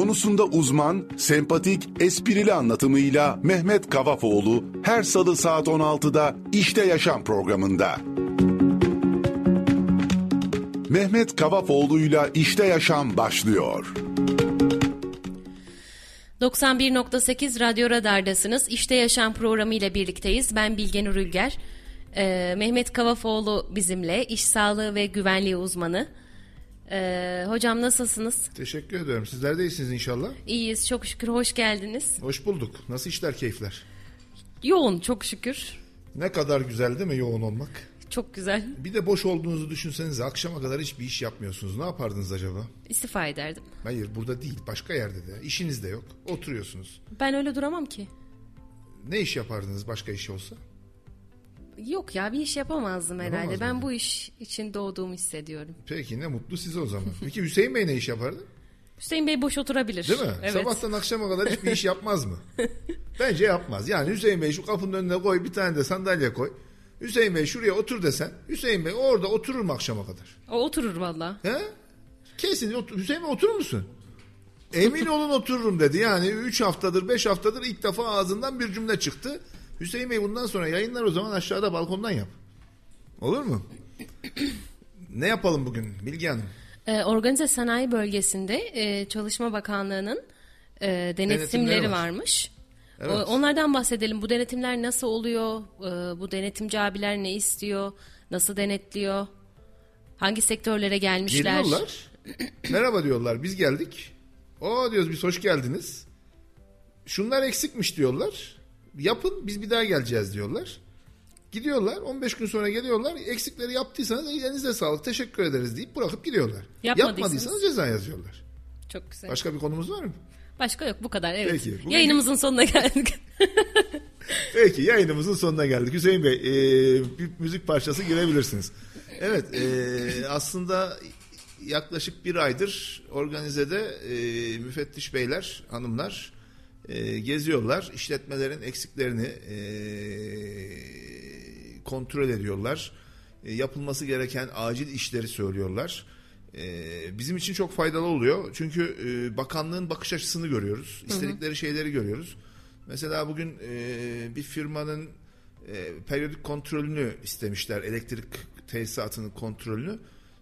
konusunda uzman, sempatik, esprili anlatımıyla Mehmet Kavafoğlu her salı saat 16'da İşte Yaşam programında. Mehmet Kavafoğlu'yla İşte Yaşam başlıyor. 91.8 Radyo Radar'dasınız. İşte Yaşam programı ile birlikteyiz. Ben Bilge Nur Ülger. Mehmet Kavafoğlu bizimle, iş sağlığı ve güvenliği uzmanı. Hocam nasılsınız? Teşekkür ederim. Sizler de iyisiniz inşallah. İyiyiz, çok şükür. Hoş geldiniz. Hoş bulduk. Nasıl işler, keyifler? Yoğun, çok şükür. Ne kadar güzel değil mi yoğun olmak? Çok güzel. Bir de boş olduğunuzu düşünsenize, akşama kadar hiçbir iş yapmıyorsunuz. Ne yapardınız acaba? İstifa ederdim. Hayır, burada değil, başka yerde de. İşiniz de yok. Oturuyorsunuz. Ben öyle duramam ki. Ne iş yapardınız başka iş olsa? Yok ya, bir iş yapamazdım herhalde. Yapamaz ben mıydın? bu iş için doğduğumu hissediyorum. Peki, ne mutlu size o zaman. Peki Hüseyin Bey ne iş yapardı? Hüseyin Bey boş oturabilir. Değil mi? Evet. Sabahtan akşama kadar hiçbir iş yapmaz mı? Bence yapmaz. Yani Hüseyin Bey şu kapının önüne koy, bir tane de sandalye koy. Hüseyin Bey şuraya otur desen, Hüseyin Bey orada oturur mu akşama kadar? O oturur valla. He? Kesin Hüseyin Bey oturur musun? Emin olun otururum dedi. Yani 3 haftadır 5 haftadır ilk defa ağzından bir cümle çıktı. Hüseyin Bey bundan sonra yayınlar o zaman aşağıda balkondan yap. Olur mu? Ne yapalım bugün Bilge Hanım? Organize sanayi bölgesinde Çalışma Bakanlığı'nın denetimleri varmış. Evet. Onlardan bahsedelim. Bu denetimler nasıl oluyor? Bu denetimci abiler ne istiyor? Nasıl denetliyor? Hangi sektörlere gelmişler? Geliyorlar. Merhaba diyorlar, biz geldik. O diyoruz, biz hoş geldiniz. Şunlar eksikmiş diyorlar. Yapın, biz bir daha geleceğiz diyorlar. Gidiyorlar, 15 gün sonra geliyorlar. Eksikleri yaptıysanız elinize sağlık, teşekkür ederiz deyip bırakıp gidiyorlar. Yapmadıysanız ceza yazıyorlar. Çok güzel. Başka bir konumuz var mı? Başka yok, bu kadar. Evet. Peki, bugün... Yayınımızın sonuna geldik. Peki, yayınımızın sonuna geldik. Hüseyin Bey, bir müzik parçası girebilirsiniz. Evet, aslında yaklaşık bir aydır organizede müfettiş beyler, hanımlar geziyorlar. İşletmelerin eksiklerini kontrol ediyorlar. Yapılması gereken acil işleri söylüyorlar. Bizim için çok faydalı oluyor. Çünkü bakanlığın bakış açısını görüyoruz. İstedikleri şeyleri görüyoruz. Mesela bugün bir firmanın periyodik kontrolünü istemişler. Elektrik tesisatının kontrolünü.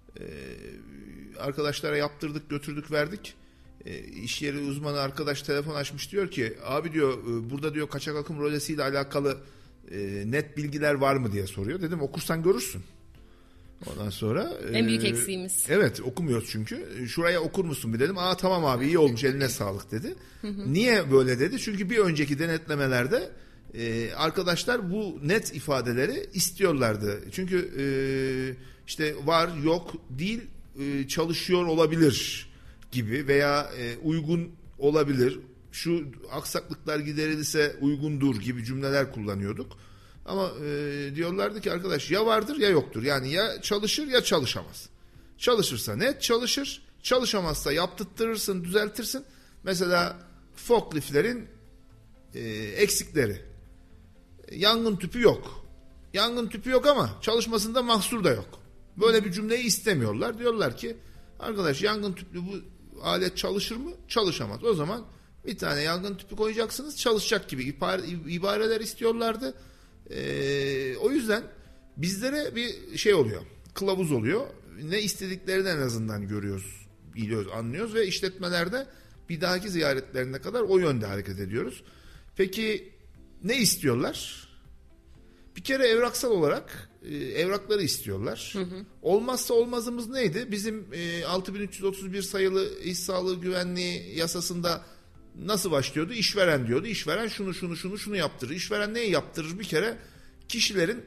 Arkadaşlara yaptırdık, götürdük, verdik. İş yeri uzmanı arkadaş telefon açmış, diyor ki abi diyor, burada diyor kaçak akım rolesiyle alakalı net bilgiler var mı diye soruyor. Dedim okursan görürsün. Ondan sonra en büyük eksiğimiz. Evet, okumuyoruz çünkü. Şuraya okur musun bir dedim. Aa tamam abi, iyi olmuş, eline sağlık dedi. Niye böyle dedi? Çünkü bir önceki denetlemelerde arkadaşlar bu net ifadeleri istiyorlardı. Çünkü işte var yok değil, çalışıyor olabilir gibi veya uygun olabilir, şu aksaklıklar giderilirse uygundur gibi cümleler kullanıyorduk. Ama diyorlardı ki arkadaş ya vardır ya yoktur. Yani ya çalışır ya çalışamaz. Çalışırsa net çalışır, çalışamazsa yaptırtırsın, düzeltirsin. Mesela forkliftlerin eksikleri. Yangın tüpü yok. Yangın tüpü yok ama çalışmasında mahsur da yok. Böyle bir cümleyi istemiyorlar. Diyorlar ki arkadaş yangın tüplü bu alet çalışır mı? Çalışamaz. O zaman bir tane yangın tüpü koyacaksınız, çalışacak gibi ibareler istiyorlardı. O yüzden bizlere bir şey oluyor, kılavuz oluyor. Ne istediklerini en azından görüyoruz, biliyoruz, anlıyoruz ve işletmelerde bir dahaki ziyaretlerine kadar o yönde hareket ediyoruz. Peki ne istiyorlar? Bir kere evraksal olarak evrakları istiyorlar. Olmazsa olmazımız neydi? Bizim 6331 sayılı iş sağlığı güvenliği yasasında nasıl başlıyordu? İşveren diyordu. İşveren şunu yaptırır. İşveren neyi yaptırır? Bir kere kişilerin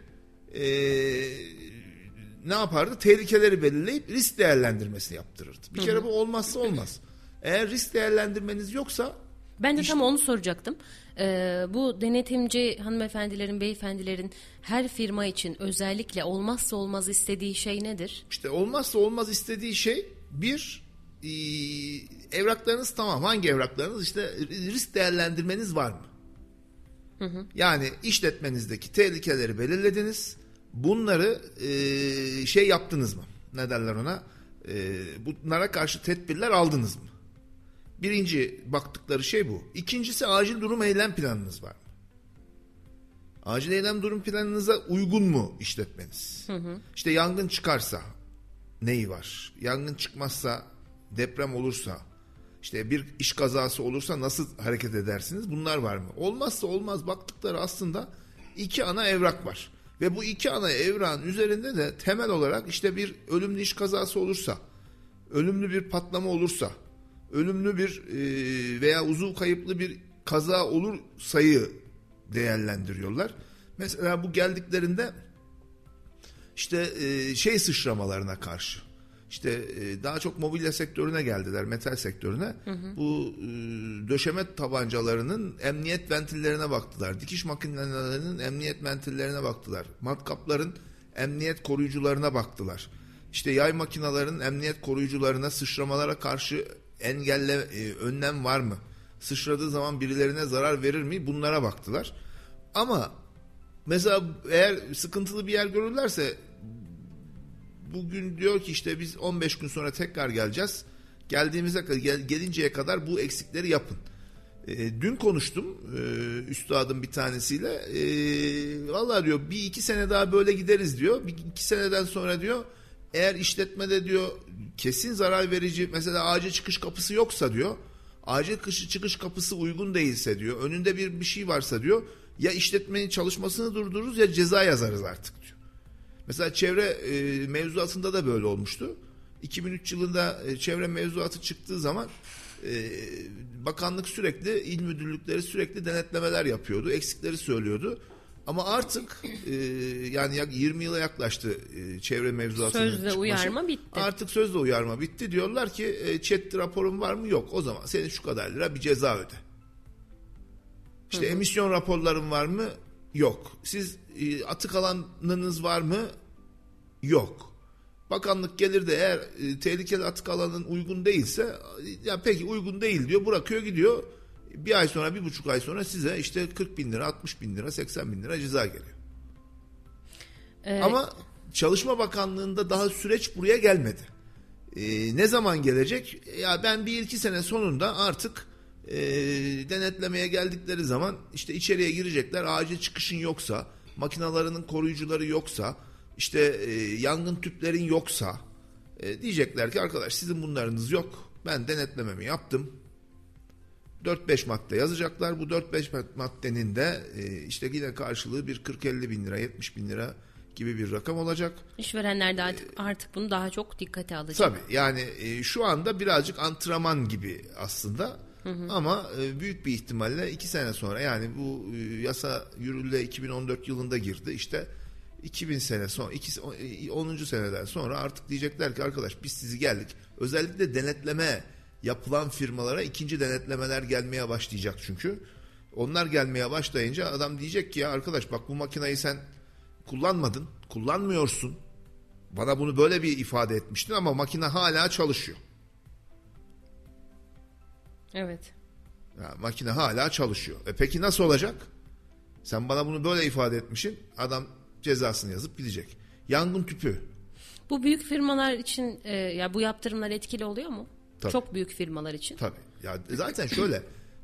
ne yapardı? Tehlikeleri belirleyip risk değerlendirmesini yaptırırdı. Bir kere bu olmazsa olmaz. Eğer risk değerlendirmeniz yoksa... Ben de tam onu soracaktım. Bu denetimci hanımefendilerin, beyefendilerin her firma için özellikle olmazsa olmaz istediği şey nedir? İşte olmazsa olmaz istediği şey bir, evraklarınız tamam. Hangi evraklarınız? İşte risk değerlendirmeniz var mı? Yani işletmenizdeki tehlikeleri belirlediniz. Bunları şey yaptınız mı? Ne derler ona? Bunlara karşı tedbirler aldınız mı? Birinci baktıkları şey bu. İkincisi acil durum eylem planınız var mı? Acil eylem durum planınıza uygun mu işletmeniz? İşte yangın çıkarsa neyi var? Yangın çıkmazsa, deprem olursa, işte bir iş kazası olursa nasıl hareket edersiniz? Bunlar var mı? Olmazsa olmaz baktıkları aslında 2 ana evrak var. Ve bu 2 ana evrağın üzerinde de temel olarak işte bir ölümlü iş kazası olursa, ölümlü bir patlama olursa, ölümlü bir veya uzuv kayıplı bir kaza olur sayı değerlendiriyorlar. Mesela bu geldiklerinde işte sıçramalarına karşı, işte daha çok mobilya sektörüne geldiler, metal sektörüne. Bu döşeme tabancalarının emniyet ventillerine baktılar. Dikiş makinelerinin emniyet ventillerine baktılar. Matkapların emniyet koruyucularına baktılar. İşte yay makinelerinin emniyet koruyucularına, sıçramalara karşı önlem var mı? Sıçradığı zaman birilerine zarar verir mi? Bunlara baktılar. Ama mesela eğer sıkıntılı bir yer görürlerse, bugün diyor ki işte biz 15 gün sonra tekrar geleceğiz. Gelinceye kadar bu eksikleri yapın. Dün konuştum üstadım bir tanesiyle. Vallahi diyor 1-2 sene daha böyle gideriz diyor. 2 seneden sonra diyor, eğer işletmede diyor kesin zarar verici, mesela acil çıkış kapısı yoksa diyor, acil çıkış kapısı uygun değilse diyor, önünde bir şey varsa diyor, ya işletmenin çalışmasını durdururuz ya ceza yazarız artık diyor. Mesela çevre mevzuatında da böyle olmuştu. 2003 yılında çevre mevzuatı çıktığı zaman bakanlık sürekli, il müdürlükleri sürekli denetlemeler yapıyordu. Eksikleri söylüyordu. Ama artık yani 20 yıla yaklaştı çevre mevzuatının sözle çıkması. Uyarma bitti. Artık sözle uyarma bitti. Diyorlar ki chat raporun var mı? Yok. O zaman senin şu kadar lira bir ceza öde. İşte emisyon raporların var mı? Yok. Siz atık alanınız var mı? Yok. Bakanlık gelir de eğer tehlikeli atık alanın uygun değilse, ya peki uygun değil diyor, bırakıyor gidiyor. Bir ay sonra, 1,5 ay sonra size işte 40 bin lira, 60 bin lira, 80 bin lira ceza geliyor. Ama Çalışma Bakanlığı'nda daha süreç buraya gelmedi. Ne zaman gelecek? Ya ben 1-2 sene sonunda artık denetlemeye geldikleri zaman işte içeriye girecekler. Acil çıkışın yoksa, makinalarının koruyucuları yoksa, işte yangın tüplerin yoksa diyecekler ki arkadaş sizin bunlarınız yok. Ben denetlememi yaptım. 4-5 madde yazacaklar. Bu 4-5 maddenin de işte yine karşılığı bir 40-50 bin lira, 70 bin lira gibi bir rakam olacak. İşverenler de artık bunu daha çok dikkate alacak. Tabii yani şu anda birazcık antrenman gibi aslında. Ama büyük bir ihtimalle 2 sene sonra, yani bu yasa yürürlüğe 2014 yılında girdi. İşte 2000 sene sonra, 10. seneden sonra artık diyecekler ki arkadaş biz sizi geldik. Özellikle denetleme yapılan firmalara ikinci denetlemeler gelmeye başlayacak çünkü. Onlar gelmeye başlayınca adam diyecek ki ya arkadaş bak bu makinayı sen kullanmadın, kullanmıyorsun. Bana bunu böyle bir ifade etmiştin ama makine hala çalışıyor. Evet. Ya, makine hala çalışıyor. Peki nasıl olacak? Sen bana bunu böyle ifade etmişsin. Adam cezasını yazıp gidecek. Yangın tüpü. Bu büyük firmalar için ya bu yaptırımlar etkili oluyor mu? Tabii. Çok büyük firmalar için. Tabii. Ya zaten şöyle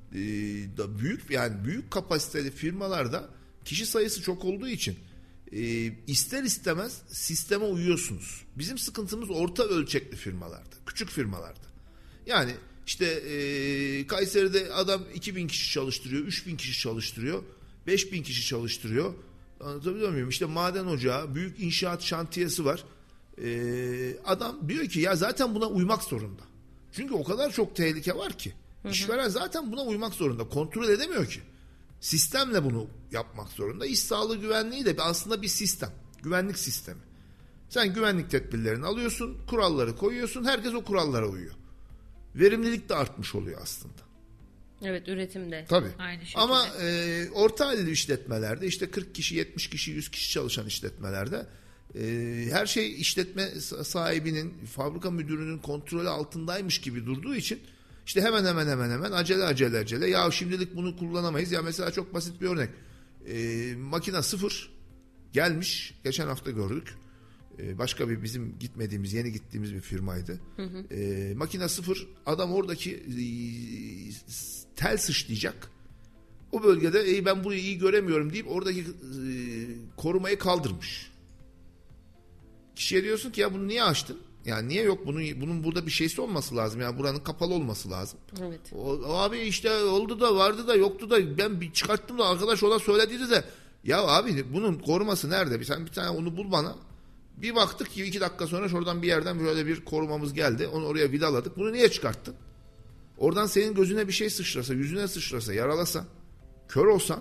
büyük kapasiteli firmalarda kişi sayısı çok olduğu için ister istemez sisteme uyuyorsunuz. Bizim sıkıntımız orta ölçekli firmalarda, küçük firmalarda. Yani işte Kayseri'de adam 2.000 kişi çalıştırıyor, 3.000 kişi çalıştırıyor, 5.000 kişi çalıştırıyor. Anlatabiliyor muyum? İşte maden ocağı, büyük inşaat şantiyesi var. Adam diyor ki ya zaten buna uymak zorunda. Çünkü o kadar çok tehlike var ki. İşveren zaten buna uymak zorunda. Kontrol edemiyor ki. Sistemle bunu yapmak zorunda. İş sağlığı güvenliği de aslında bir sistem. Güvenlik sistemi. Sen güvenlik tedbirlerini alıyorsun, kuralları koyuyorsun, herkes o kurallara uyuyor. Verimlilik de artmış oluyor aslında. Evet, üretimde. Tabii. Aynı şekilde. Ama orta halli işletmelerde işte 40 kişi, 70 kişi, 100 kişi çalışan işletmelerde her şey işletme sahibinin, fabrika müdürünün kontrolü altındaymış gibi durduğu için işte hemen acele ya şimdilik bunu kullanamayız. Ya mesela çok basit bir örnek. Makine 0 gelmiş, geçen hafta gördük. Başka bir bizim gitmediğimiz, yeni gittiğimiz bir firmaydı. Makine sıfır. Adam oradaki tel sıçrayacak. O bölgede ben burayı iyi göremiyorum deyip oradaki korumayı kaldırmış. Kişiye diyorsun ki ya bunu niye açtın? Yani niye yok? Bunun burada bir şeysi olması lazım. Yani buranın kapalı olması lazım. Evet. Abi işte oldu da vardı da yoktu da ben bir çıkarttım da arkadaş ona söylediydi de ya abi bunun koruması nerede? Sen bir tane onu bul bana. Bir baktık ki 2 dakika sonra şuradan bir yerden böyle bir korumamız geldi. Onu oraya vidaladık. Bunu niye çıkarttın? Oradan senin gözüne bir şey sıçrasa, yüzüne sıçrasa, yaralasa, kör olsan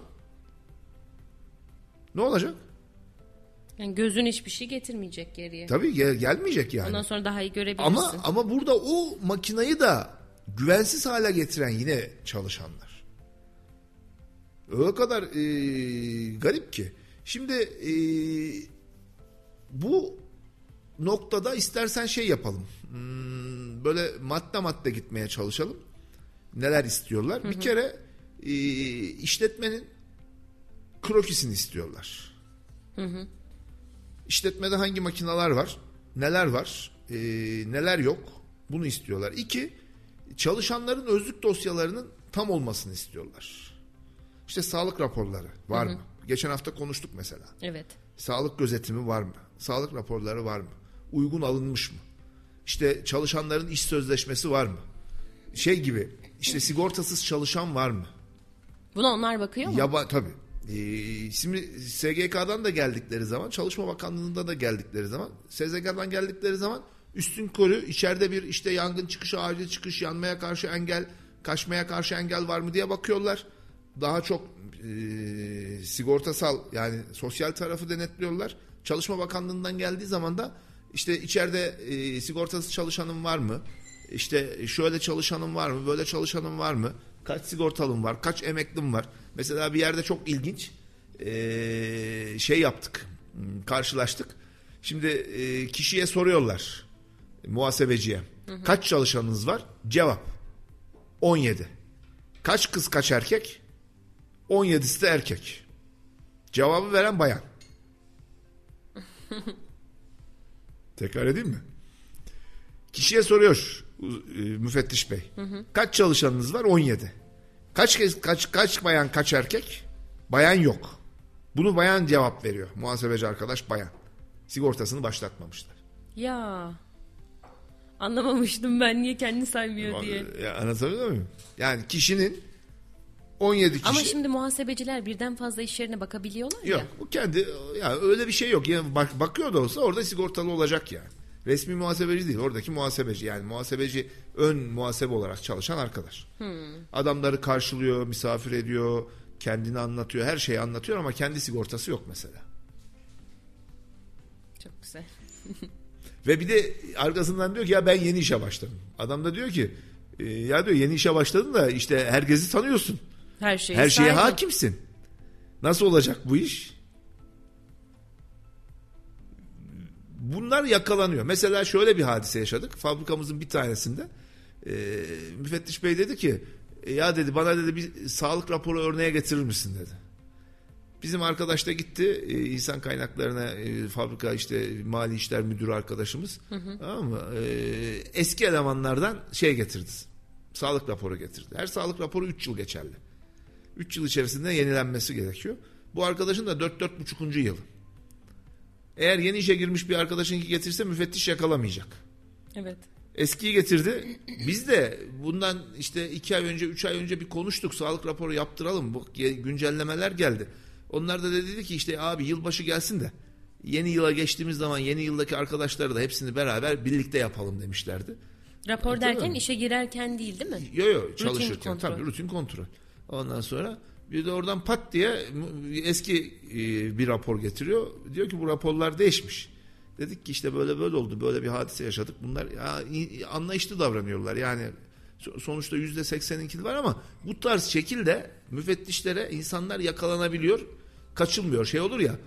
ne olacak? Yani gözün hiçbir şey getirmeyecek geriye. Tabii gelmeyecek yani. Ondan sonra daha iyi görebilirsin. Ama burada o makinayı da güvensiz hale getiren yine çalışanlar. Öyle kadar garip ki. Şimdi bu noktada istersen şey yapalım. Böyle madde gitmeye çalışalım. Neler istiyorlar? Bir kere işletmenin krokisini istiyorlar. İşletmede hangi makineler var? Neler var? Neler yok? Bunu istiyorlar. 2, çalışanların özlük dosyalarının tam olmasını istiyorlar. İşte sağlık raporları var mı? Geçen hafta konuştuk mesela. Evet. Sağlık gözetimi var mı? Sağlık raporları var mı? Uygun alınmış mı? İşte çalışanların iş sözleşmesi var mı? Şey gibi işte sigortasız çalışan var mı? Buna onlar bakıyor mu? Tabii. Şimdi SGK'dan da geldikleri zaman, Çalışma Bakanlığı'nda da geldikleri zaman, SGK'dan geldikleri zaman üstünkörü içeride bir işte yangın çıkışı, acil çıkış, yanmaya karşı engel, kaçmaya karşı engel var mı diye bakıyorlar. Daha çok sigortasal yani sosyal tarafı denetliyorlar. Çalışma Bakanlığı'ndan geldiği zaman da işte içeride sigortasız çalışanın var mı? İşte şöyle çalışanın var mı? Böyle çalışanın var mı? Kaç sigortalım var? Kaç emeklim var? Mesela bir yerde çok ilginç şey yaptık. Karşılaştık. Şimdi kişiye soruyorlar. Muhasebeciye. Kaç çalışanınız var? Cevap. 17. Kaç kız kaç erkek? 17'si de erkek. Cevabı veren bayan. Tekrar edeyim mi? Kişiye soruyor müfettiş bey. Kaç çalışanınız var? 17. Kaç bayan kaç erkek? Bayan yok. Bunu bayan cevap veriyor. Muhasebeci arkadaş bayan. Sigortasını başlatmamışlar. Ya anlamamıştım ben niye kendi saymıyor diye. Ya, anlatabiliyor muyum? Yani kişinin 17 kişi. Ama şimdi muhasebeciler birden fazla iş yerine bakabiliyorlar yok, ya. Bu kendi ya öyle bir şey yok. Yani bakıyor da olsa orada sigortalı olacak yani. Resmi muhasebeci değil. Oradaki muhasebeci. Yani muhasebeci ön muhasebe olarak çalışan arkadaş. Adamları karşılıyor, misafir ediyor, kendini anlatıyor, her şeyi anlatıyor ama kendi sigortası yok mesela. Çok güzel. Ve bir de arkasından diyor ki ya ben yeni işe başladım. Adam da diyor ki ya diyor yeni işe başladın da işte herkesi tanıyorsun. Her şeye hakimsin. Nasıl olacak bu iş? Bunlar yakalanıyor. Mesela şöyle bir hadise yaşadık. Fabrikamızın bir tanesinde müfettiş bey dedi ki ya dedi bana dedi bir sağlık raporu örneğe getirir misin dedi. Bizim arkadaş da gitti insan kaynaklarına fabrika işte mali işler müdürü arkadaşımız. Tamam mı? Eski elemanlardan şey getirdi. Sağlık raporu getirdi. Her sağlık raporu 3 yıl geçerli. 3 yıl içerisinde yenilenmesi gerekiyor. Bu arkadaşın da 4-4,5. yılı. Eğer yeni işe girmiş bir arkadaşınki getirse müfettiş yakalamayacak. Evet. Eskiyi getirdi. Biz de bundan işte 2 ay önce 3 ay önce bir konuştuk. Sağlık raporu yaptıralım. Bu güncellemeler geldi. Onlar da dedi ki işte abi yılbaşı gelsin de yeni yıla geçtiğimiz zaman yeni yıldaki arkadaşları da hepsini beraber birlikte yapalım demişlerdi. Rapor derken işe girerken değil mi? Yok çalışırken tabii rutin kontrol. Ondan sonra bir de oradan pat diye eski bir rapor getiriyor. Diyor ki bu raporlar değişmiş. Dedik ki işte böyle oldu. Böyle bir hadise yaşadık. Bunlar anlayışlı davranıyorlar. Yani sonuçta %80'inki var ama bu tarz şekilde müfettişlere insanlar yakalanabiliyor. Kaçılmıyor. Şey olur ya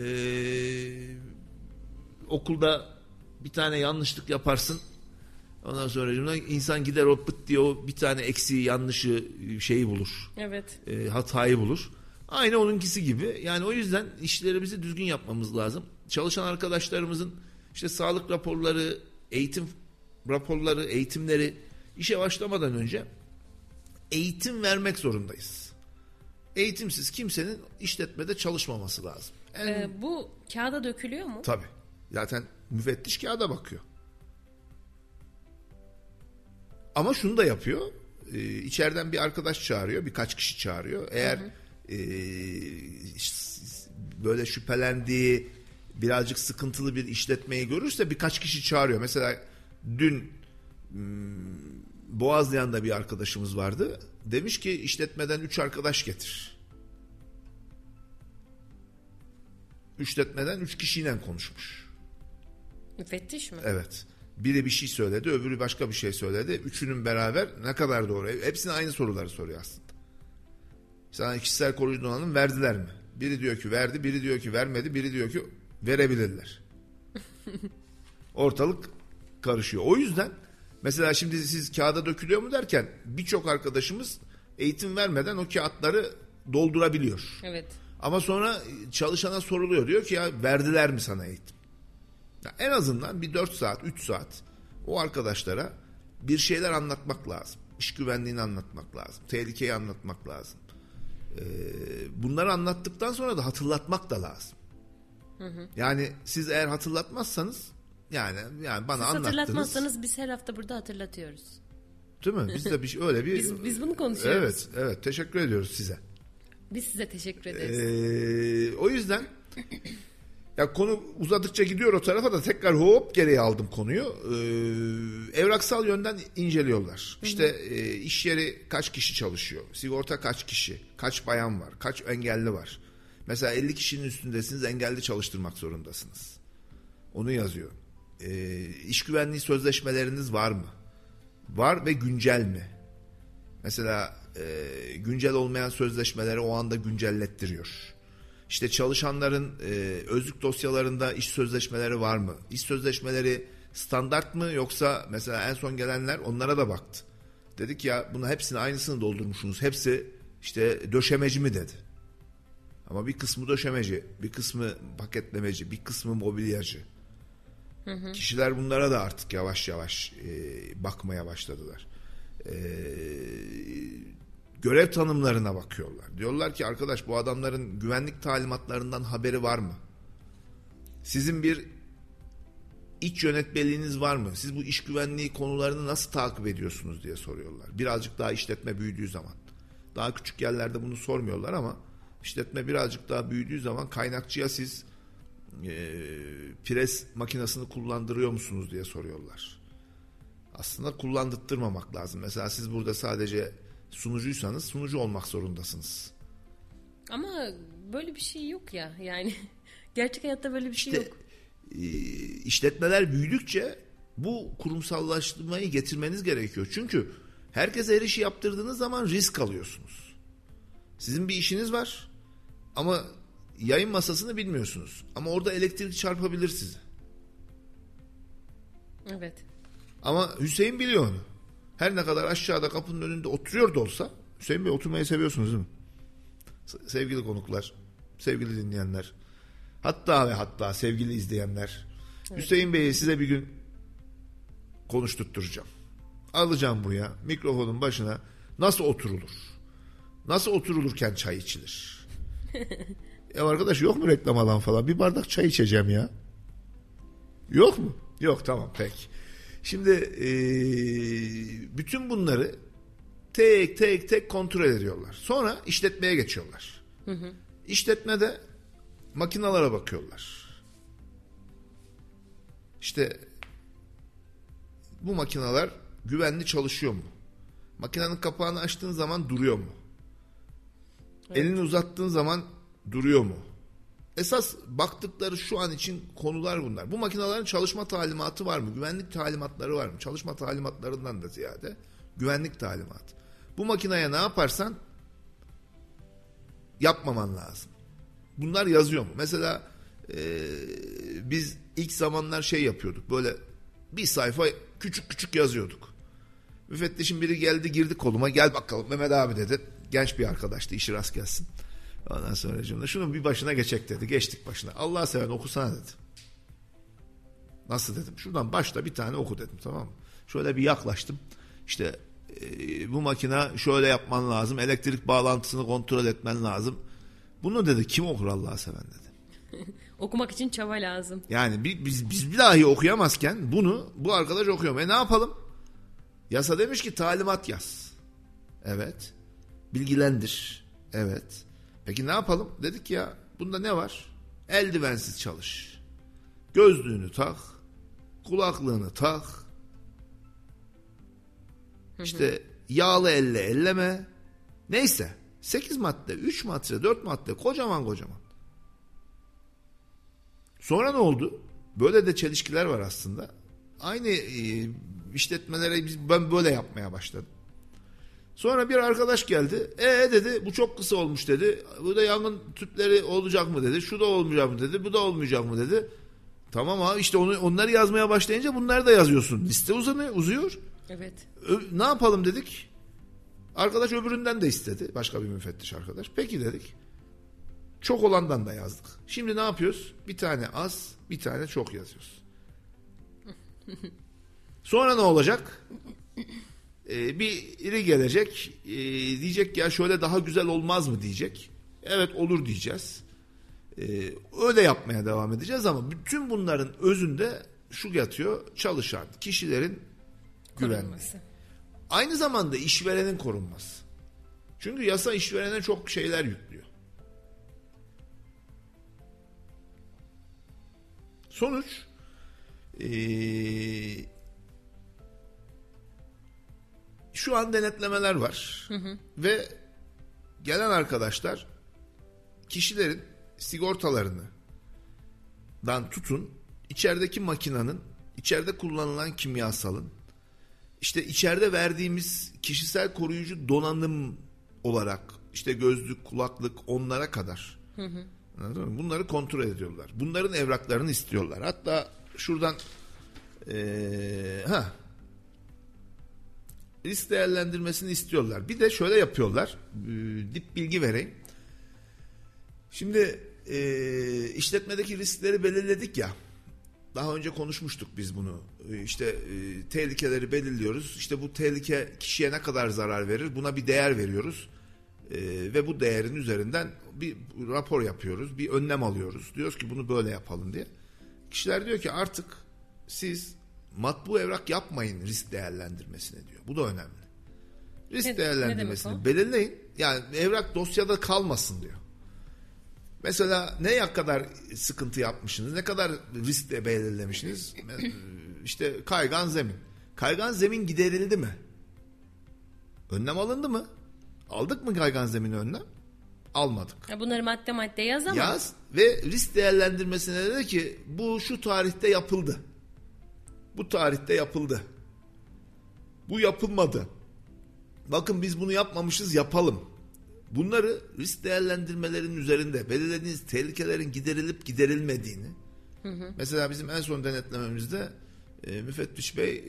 okulda bir tane yanlışlık yaparsın. Ondan sonra insan gider o pıt diye o bir tane eksiği yanlışı şeyi bulur. Evet. Hatayı bulur. Aynı onunkisi gibi. Yani o yüzden işlerimizi düzgün yapmamız lazım. Çalışan arkadaşlarımızın İşte sağlık raporları, eğitim raporları, eğitimleri işe başlamadan önce eğitim vermek zorundayız. Eğitimsiz kimsenin işletmede çalışmaması lazım. Bu kağıda dökülüyor mu? Tabii. Zaten müfettiş kağıda bakıyor. Ama şunu da yapıyor. İçeriden bir arkadaş çağırıyor, birkaç kişi çağırıyor. Eğer böyle şüphelendiği, birazcık sıkıntılı bir işletmeyi görürse birkaç kişi çağırıyor. Mesela dün Boğazlayan'da bir arkadaşımız vardı. Demiş ki işletmeden 3 arkadaş getir. İşletmeden 3 kişiyle konuşmuş. Müfettiş mi? Evet. Biri bir şey söyledi, öbürü başka bir şey söyledi. Üçünün beraber ne kadar doğru? Hepsine aynı soruları soruyor aslında. Sana kişisel koruyucu donanım verdiler mi? Biri diyor ki verdi, biri diyor ki vermedi, biri diyor ki verebilirler. Ortalık karışıyor. O yüzden mesela şimdi siz kağıda dökülüyor mu derken birçok arkadaşımız eğitim vermeden o kağıtları doldurabiliyor. Evet. Ama sonra çalışana soruluyor. Diyor ki ya verdiler mi sana eğitim? Ya en azından bir 4 saat, 3 saat o arkadaşlara bir şeyler anlatmak lazım. İş güvenliğini anlatmak lazım. Tehlikeyi anlatmak lazım. Bunları anlattıktan sonra da hatırlatmak da lazım. Yani siz eğer hatırlatmazsanız yani bana siz anlattınız. Hatırlatmazsanız biz her hafta burada hatırlatıyoruz. Değil mi? Biz de öyle bir biz bunu konuşuyoruz. Evet, teşekkür ediyoruz size. Biz size teşekkür ederiz. O yüzden ya konu uzadıkça gidiyor o tarafa da tekrar hop geriye aldım konuyu. Evraksal yönden inceliyorlar. İşte iş yeri kaç kişi çalışıyor? Sigorta kaç kişi? Kaç bayan var? Kaç engelli var? Mesela 50 kişinin üstündesiniz, engelli çalıştırmak zorundasınız. Onu yazıyor. İş güvenliği sözleşmeleriniz var mı? Var ve güncel mi? Mesela güncel olmayan sözleşmeleri o anda güncellettiriyor. İşte çalışanların özlük dosyalarında iş sözleşmeleri var mı? İş sözleşmeleri standart mı yoksa mesela en son gelenler onlara da baktı. Dedik ya bunu hepsini aynısını doldurmuşsunuz. Hepsi işte döşemeci mi dedi. Ama bir kısmı döşemeci, bir kısmı paketlemeci, bir kısmı mobilyacı. Kişiler bunlara da artık yavaş yavaş bakmaya başladılar. Görev tanımlarına bakıyorlar. Diyorlar ki arkadaş bu adamların güvenlik talimatlarından haberi var mı? Sizin bir iç yönetmeliğiniz var mı? Siz bu iş güvenliği konularını nasıl takip ediyorsunuz diye soruyorlar. Birazcık daha işletme büyüdüğü zaman. Daha küçük yerlerde bunu sormuyorlar ama işletme birazcık daha büyüdüğü zaman kaynakçıya siz pres makinesini kullandırıyor musunuz diye soruyorlar. Aslında kullandırtmamak lazım. Mesela siz burada sadece sunucuysanız sunucu olmak zorundasınız. Ama böyle bir şey yok ya. Yani gerçek hayatta böyle bir şey İşte, yok. İşletmeler büyüdükçe bu kurumsallaştırmayı getirmeniz gerekiyor. Çünkü herkese her işi yaptırdığınız zaman risk alıyorsunuz. Sizin bir işiniz var ama yayın masasını bilmiyorsunuz. Ama orada elektrik çarpabilir sizi. Evet. Ama Hüseyin biliyor onu. Her ne kadar aşağıda kapının önünde oturuyor da olsa, Hüseyin Bey oturmayı seviyorsunuz değil mi? Sevgili konuklar, sevgili dinleyenler, hatta ve hatta sevgili izleyenler, evet. Hüseyin Bey'i size bir gün konuşturtturacağım. Alacağım buraya, mikrofonun başına nasıl oturulur? Nasıl oturulurken çay içilir? Ya arkadaş yok mu reklam alan falan? Bir bardak çay içeceğim ya. Yok mu? Yok, tamam peki. Şimdi bütün bunları tek tek kontrol ediyorlar. Sonra işletmeye geçiyorlar. İşletmede makinalara bakıyorlar. İşte bu makineler güvenli çalışıyor mu? Makinenin kapağını açtığın zaman duruyor mu? Evet. Elini uzattığın zaman duruyor mu? Esas baktıkları şu an için konular bunlar. Bu makinelerin çalışma talimatı var mı? Güvenlik talimatları var mı? Çalışma talimatlarından da ziyade güvenlik talimatı. Bu makineye ne yaparsan yapmaman lazım. Bunlar yazıyor mu? Mesela biz ilk zamanlar şey yapıyorduk. Böyle bir sayfa küçük yazıyorduk. Müfettişin biri geldi girdi koluma. Gel bakalım Mehmet abi dedi. Genç bir arkadaştı, işi rast gelsin. Ondan sonra şunun bir başına geçecek dedi. Geçtik başına. Allah'a seven okusana dedi. Nasıl dedim? Şuradan başta bir tane oku dedim, tamam mı? Şöyle bir yaklaştım. İşte bu makine şöyle yapman lazım. Elektrik bağlantısını kontrol etmen lazım. Bunu dedi kim okur Allah'a seven dedi. Okumak için çaba lazım. Yani biz bir dahi okuyamazken bunu bu arkadaş okuyor. Ne yapalım? Yasa demiş ki talimat yaz. Evet. Bilgilendir. Evet. Peki ne yapalım? Dedik ya bunda ne var? Eldivensiz çalış. Gözlüğünü tak. Kulaklığını tak. İşte yağlı elle elleme. Neyse. 8 madde, 3 madde, 4 madde kocaman. Sonra ne oldu? Böyle de çelişkiler var aslında. Aynı işletmelere ben böyle yapmaya başladım. Sonra bir arkadaş geldi. Dedi bu çok kısa olmuş dedi. Bu da yangın tüpleri olacak mı dedi. Şu da olmayacak mı dedi. Bu da olmayacak mı dedi. Tamam abi işte onları yazmaya başlayınca bunları da yazıyorsun. Liste uzuyor. Evet. Ne yapalım dedik. Arkadaş öbüründen de istedi. Başka bir müfettiş arkadaş. Peki dedik. Çok olandan da yazdık. Şimdi ne yapıyoruz? Bir tane az, bir tane çok yazıyoruz. Sonra ne olacak? Biri gelecek. Diyecek ya şöyle daha güzel olmaz mı diyecek. Evet olur diyeceğiz. Öyle yapmaya devam edeceğiz ama bütün bunların özünde şu yatıyor. Çalışan kişilerin güvenliği. Aynı zamanda işverenin korunması. Çünkü yasa işverene çok şeyler yüklüyor. Sonuç şu an denetlemeler var. Ve gelen arkadaşlar kişilerin sigortalarından tutun içerideki makinenin, içeride kullanılan kimyasalın, işte içeride verdiğimiz kişisel koruyucu donanım olarak işte gözlük, kulaklık onlara kadar. Anladın mı? Bunları kontrol ediyorlar. Bunların evraklarını istiyorlar. Hatta şuradan risk değerlendirmesini istiyorlar. Bir de şöyle yapıyorlar. Dip bilgi vereyim. Şimdi işletmedeki riskleri belirledik ya. Daha önce konuşmuştuk biz bunu. İşte tehlikeleri belirliyoruz. İşte bu tehlike kişiye ne kadar zarar verir? Buna bir değer veriyoruz. Ve bu değerin üzerinden bir rapor yapıyoruz. Bir önlem alıyoruz. Diyoruz ki bunu böyle yapalım diye. Kişiler diyor ki artık siz matbu evrak yapmayın risk değerlendirmesine diyor. Bu da önemli. Risk değerlendirmesini belirleyin. Yani evrak dosyada kalmasın diyor. Mesela ne kadar sıkıntı yapmışsınız, ne kadar riskle belirlemişsiniz? İşte kaygan zemin. Kaygan zemin giderildi mi? Önlem alındı mı? Aldık mı kaygan zemini önlem? Almadık. Bunları madde yaz ama. Yaz ve risk değerlendirmesine dedi ki bu şu tarihte yapıldı. Bu tarihte yapıldı. Bu yapılmadı. Bakın biz bunu yapmamışız, yapalım. Bunları risk değerlendirmelerinin üzerinde belirlediğiniz tehlikelerin giderilip giderilmediğini. Mesela bizim en son denetlememizde müfettiş bey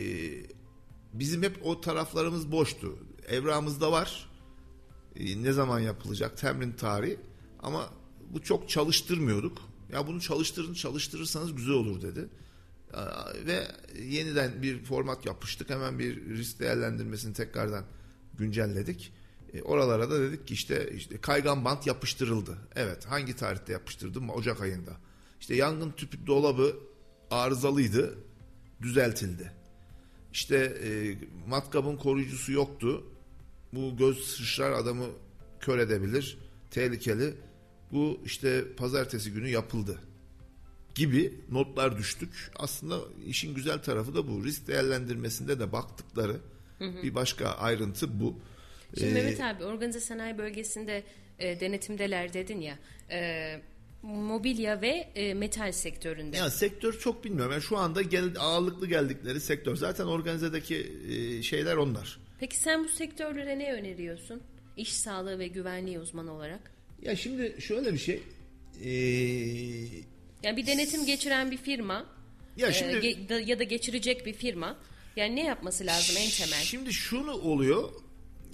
bizim hep o taraflarımız boştu. Evrağımızda var. Ne zaman yapılacak temrin tarihi ama bu çok çalıştırmıyorduk. Ya bunu çalıştırırsanız güzel olur dedi. Ve yeniden bir format yapıştık. Hemen bir risk değerlendirmesini tekrardan güncelledik. Oralara da dedik ki işte kaygan bant yapıştırıldı. Evet, hangi tarihte yapıştırdım? Ocak ayında. İşte yangın tüpü dolabı arızalıydı. Düzeltildi. İşte matkabın koruyucusu yoktu. Bu göz sıçrar adamı kör edebilir. Tehlikeli. Bu işte pazartesi günü yapıldı. Gibi notlar düştük. Aslında işin güzel tarafı da bu. Risk değerlendirmesinde de baktıkları bir başka ayrıntı bu. Şimdi Mehmet abi organize sanayi bölgesinde denetimdeler dedin ya. Mobilya ve metal sektöründe. Ya sektör çok bilmiyorum. Yani şu anda ağırlıklı geldikleri sektör. Zaten organizedeki şeyler onlar. Peki sen bu sektörlere ne öneriyorsun? İş sağlığı ve güvenliği uzmanı olarak. Ya şimdi şöyle bir şey. Yani bir denetim geçiren bir firma. Ya şimdi ya da geçirecek bir firma. Yani ne yapması lazım en temel? Şimdi şunu oluyor.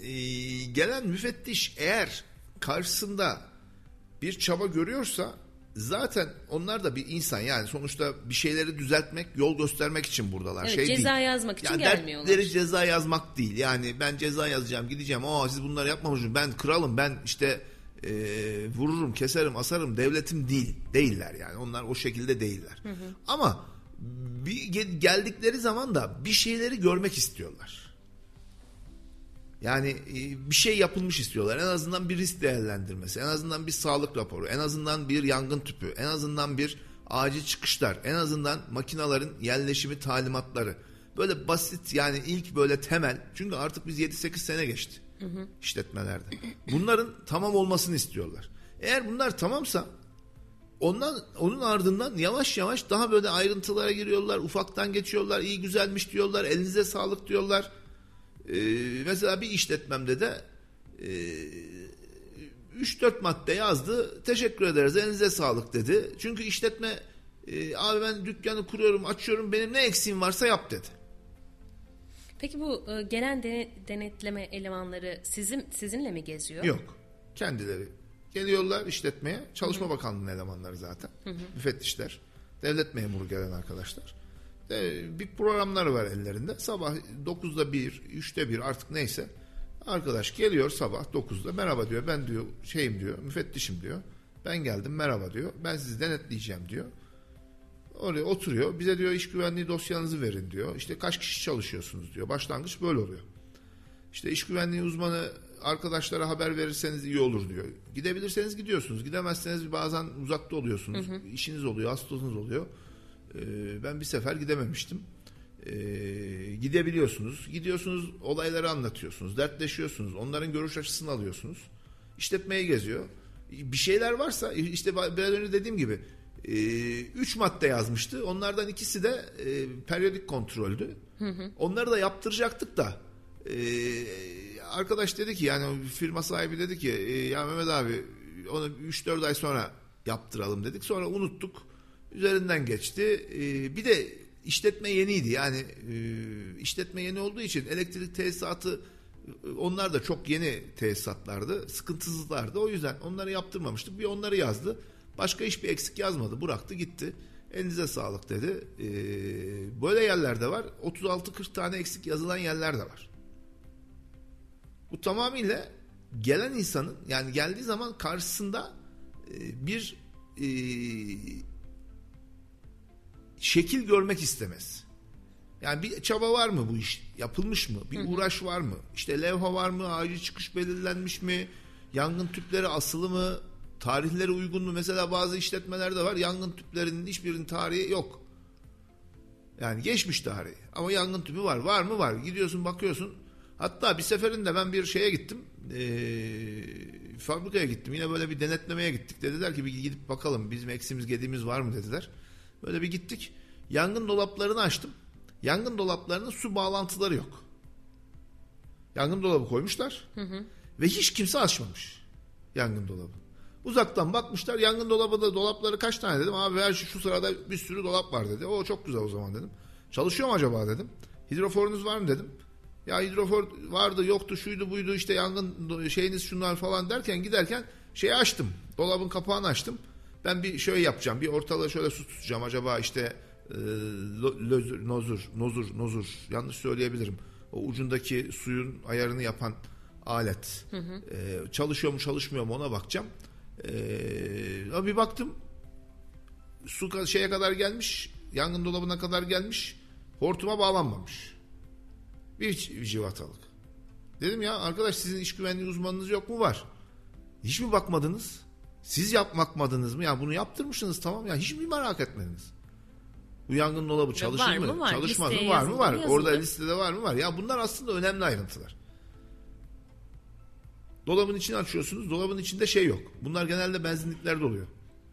Gelen müfettiş eğer karşısında bir çaba görüyorsa zaten onlar da bir insan, yani sonuçta bir şeyleri düzeltmek, yol göstermek için buradalar. Evet, ceza değil. yazmak için yani gelmiyorlar. Dertleri ceza yazmak değil. Yani ben ceza yazacağım, gideceğim. Siz bunları yapmamışsınız. Ben kralım, ben işte vururum, keserim, asarım. Devletim değiller yani. Onlar o şekilde değiller. Ama geldikleri zaman da bir şeyleri görmek istiyorlar. Yani bir şey yapılmış istiyorlar. En azından bir risk değerlendirmesi, en azından bir sağlık raporu, en azından bir yangın tüpü, en azından bir acil çıkışlar, en azından makinaların yerleşimi talimatları. Böyle basit, yani ilk böyle temel. Çünkü artık biz 7-8 sene geçti işletmelerde. Bunların tamam olmasını istiyorlar. Eğer bunlar tamamsa onun ardından yavaş yavaş daha böyle ayrıntılara giriyorlar. Ufaktan geçiyorlar. İyi güzelmiş diyorlar. Elinize sağlık diyorlar. Mesela bir işletmemde de 3-4 madde yazdı. Teşekkür ederiz, elinize sağlık dedi. Çünkü işletme abi ben dükkanı kuruyorum, açıyorum, benim ne eksiğim varsa yap dedi. Peki bu gelen denetleme elemanları sizinle mi geziyor? Yok. Kendileri geliyorlar işletmeye. Çalışma Bakanlığı'nın elemanları zaten. Müfettişler. Devlet memuru gelen arkadaşlar. Bir programları var ellerinde. Sabah 9'da 1, 3'te 1 artık neyse. Arkadaş geliyor sabah 9'da. Merhaba diyor. Ben diyor diyor. Müfettişim diyor. Ben geldim, merhaba diyor. Ben sizi denetleyeceğim diyor. Oraya oturuyor. Bize diyor iş güvenliği dosyanızı verin diyor. İşte kaç kişi çalışıyorsunuz diyor. Başlangıç böyle oluyor. İşte iş güvenliği uzmanı arkadaşlara haber verirseniz iyi olur diyor. Gidebilirseniz gidiyorsunuz. Gidemezseniz bazen uzakta oluyorsunuz. İşiniz oluyor, hastalığınız oluyor. Ben bir sefer gidememiştim. Gidebiliyorsunuz. Gidiyorsunuz, olayları anlatıyorsunuz. Dertleşiyorsunuz. Onların görüş açısını alıyorsunuz. İşletmeyi geziyor. Bir şeyler varsa işte biraz önce dediğim gibi 3 madde yazmıştı. Onlardan ikisi de periyodik kontroldü. Onları da yaptıracaktık da arkadaş dedi ki, yani firma sahibi dedi ki ya Mehmet abi onu 3-4 ay sonra yaptıralım dedik. Sonra unuttuk. Üzerinden geçti. Bir de işletme yeniydi. Yani işletme yeni olduğu için elektrik tesisatı, onlar da çok yeni tesisatlardı. Sıkıntısızlardı. O yüzden onları yaptırmamıştık. Bir onları yazdı. Başka hiçbir eksik yazmadı. Bıraktı gitti. Elinize sağlık dedi. Böyle yerler de var. 36-40 tane eksik yazılan yerler de var. Bu tamamıyla gelen insanın, yani geldiği zaman karşısında bir şekil görmek istemez. Yani bir çaba var mı bu iş? Yapılmış mı? Bir uğraş var mı? İşte levha var mı? Acil çıkış belirlenmiş mi? Yangın tüpleri asılı mı? Tarihleri uygun mu? Mesela bazı işletmelerde var. Yangın tüplerinin hiçbirinin tarihi yok. Yani geçmiş tarihi. Ama yangın tüpü var. Var mı? Var. Gidiyorsun bakıyorsun. Hatta bir seferinde ben bir şeye gittim. Fabrikaya gittim. Yine böyle bir denetlemeye gittik. Dediler ki bir gidip bakalım. Bizim eksimiz gediğimiz var mı dediler. Böyle bir gittik. Yangın dolaplarını açtım. Yangın dolaplarının su bağlantıları yok. Yangın dolabı koymuşlar. Ve hiç kimse açmamış yangın dolabı. Uzaktan bakmışlar, yangın dolapları kaç tane dedim. Abi her şu sırada bir sürü dolap var dedi. O çok güzel o zaman dedim. Çalışıyor mu acaba dedim. Hidroforunuz var mı dedim. Ya hidrofor vardı, yoktu, şuydu buydu, işte yangın şeyiniz şunlar falan derken giderken şeyi açtım. Dolabın kapağını açtım. Ben bir şöyle yapacağım. Bir ortalığı şöyle su tutacağım. Acaba işte nozur yanlış söyleyebilirim. O ucundaki suyun ayarını yapan alet. Çalışıyor mu çalışmıyor mu ona bakacağım. Bir baktım su şeye kadar gelmiş, yangın dolabına kadar gelmiş, hortuma bağlanmamış. Bir civatalık. Dedim ya arkadaş, sizin iş güvenliği uzmanınız yok mu? Var. Hiç mi bakmadınız? Siz bakmadınız mı? Ya bunu yaptırmışsınız, tamam ya, hiç mi merak etmediniz? Bu yangın dolabı çalışır mı? Çalışmaz mı? Var mı? Var. Orada listede var mı? Var. Ya bunlar aslında önemli ayrıntılar. Dolabın içini açıyorsunuz. Dolabın içinde şey yok. Bunlar genelde benzinliklerde oluyor.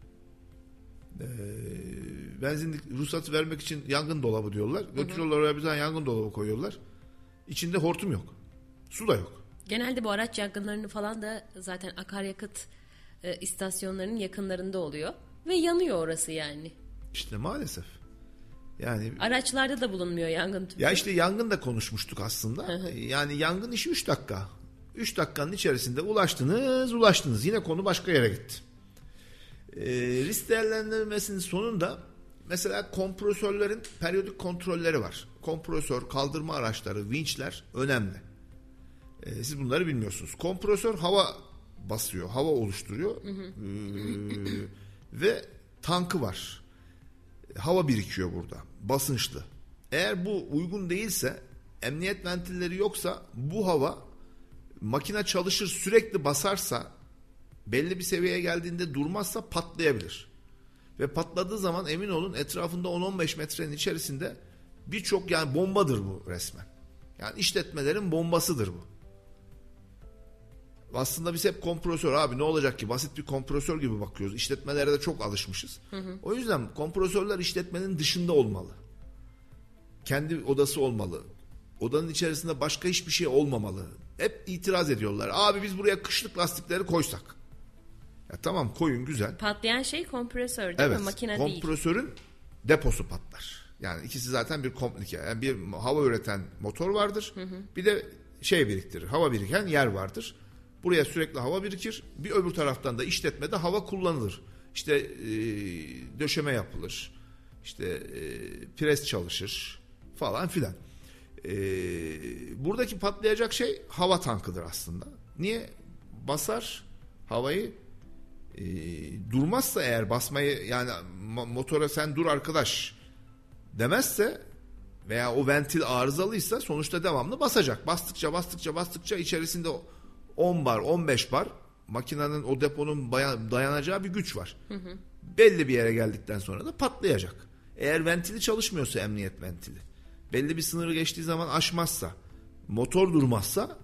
Benzinlik ruhsatı vermek için yangın dolabı diyorlar. Götürüyorlar oraya, bir tane yangın dolabı koyuyorlar. İçinde hortum yok. Su da yok. Genelde bu araç yangınlarını falan da zaten akaryakıt istasyonlarının yakınlarında oluyor. Ve yanıyor orası yani. İşte maalesef. Yani araçlarda da bulunmuyor yangın tüpü. Ya işte yangın da konuşmuştuk aslında. Yani yangın işi 3 dakika. 3 dakikanın içerisinde ulaştınız. Yine konu başka yere gitti. Risk değerlendirmesinin sonunda mesela kompresörlerin periyodik kontrolleri var. Kompresör, kaldırma araçları, vinçler önemli. Siz bunları bilmiyorsunuz. Kompresör hava basıyor, hava oluşturuyor. Ve tankı var. Hava birikiyor burada. Basınçlı. Eğer bu uygun değilse, emniyet ventilleri yoksa bu hava makine çalışır sürekli basarsa, belli bir seviyeye geldiğinde durmazsa patlayabilir. Ve patladığı zaman emin olun etrafında 10-15 metrenin içerisinde birçok, yani bombadır bu resmen. Yani işletmelerin bombasıdır bu. Aslında biz hep kompresör, abi ne olacak ki, basit bir kompresör gibi bakıyoruz. İşletmelere de çok alışmışız. O yüzden kompresörler işletmenin dışında olmalı. Kendi odası olmalı. Odanın içerisinde başka hiçbir şey olmamalı. Hep itiraz ediyorlar. Abi biz buraya kışlık lastikleri koysak. Ya tamam, koyun, güzel. Patlayan şey kompresör değil mi? Makine değil. Kompresörün deposu patlar. Yani ikisi zaten bir komplike. Yani bir hava üreten motor vardır. Bir de şey biriktirir. Hava biriken yer vardır. Buraya sürekli hava birikir. Bir öbür taraftan da işletmede hava kullanılır. İşte döşeme yapılır. İşte pres çalışır falan filan. Buradaki patlayacak şey hava tankıdır aslında. Niye? Basar havayı, durmazsa eğer basmayı, yani motora sen dur arkadaş demezse veya o ventil arızalıysa sonuçta devamlı basacak. Bastıkça içerisinde 10 bar 15 bar makinenin, o deponun dayanacağı bir güç var. Belli bir yere geldikten sonra da patlayacak. Eğer ventili çalışmıyorsa, emniyet ventili belli bir sınırı geçtiği zaman aşmazsa, motor durmazsa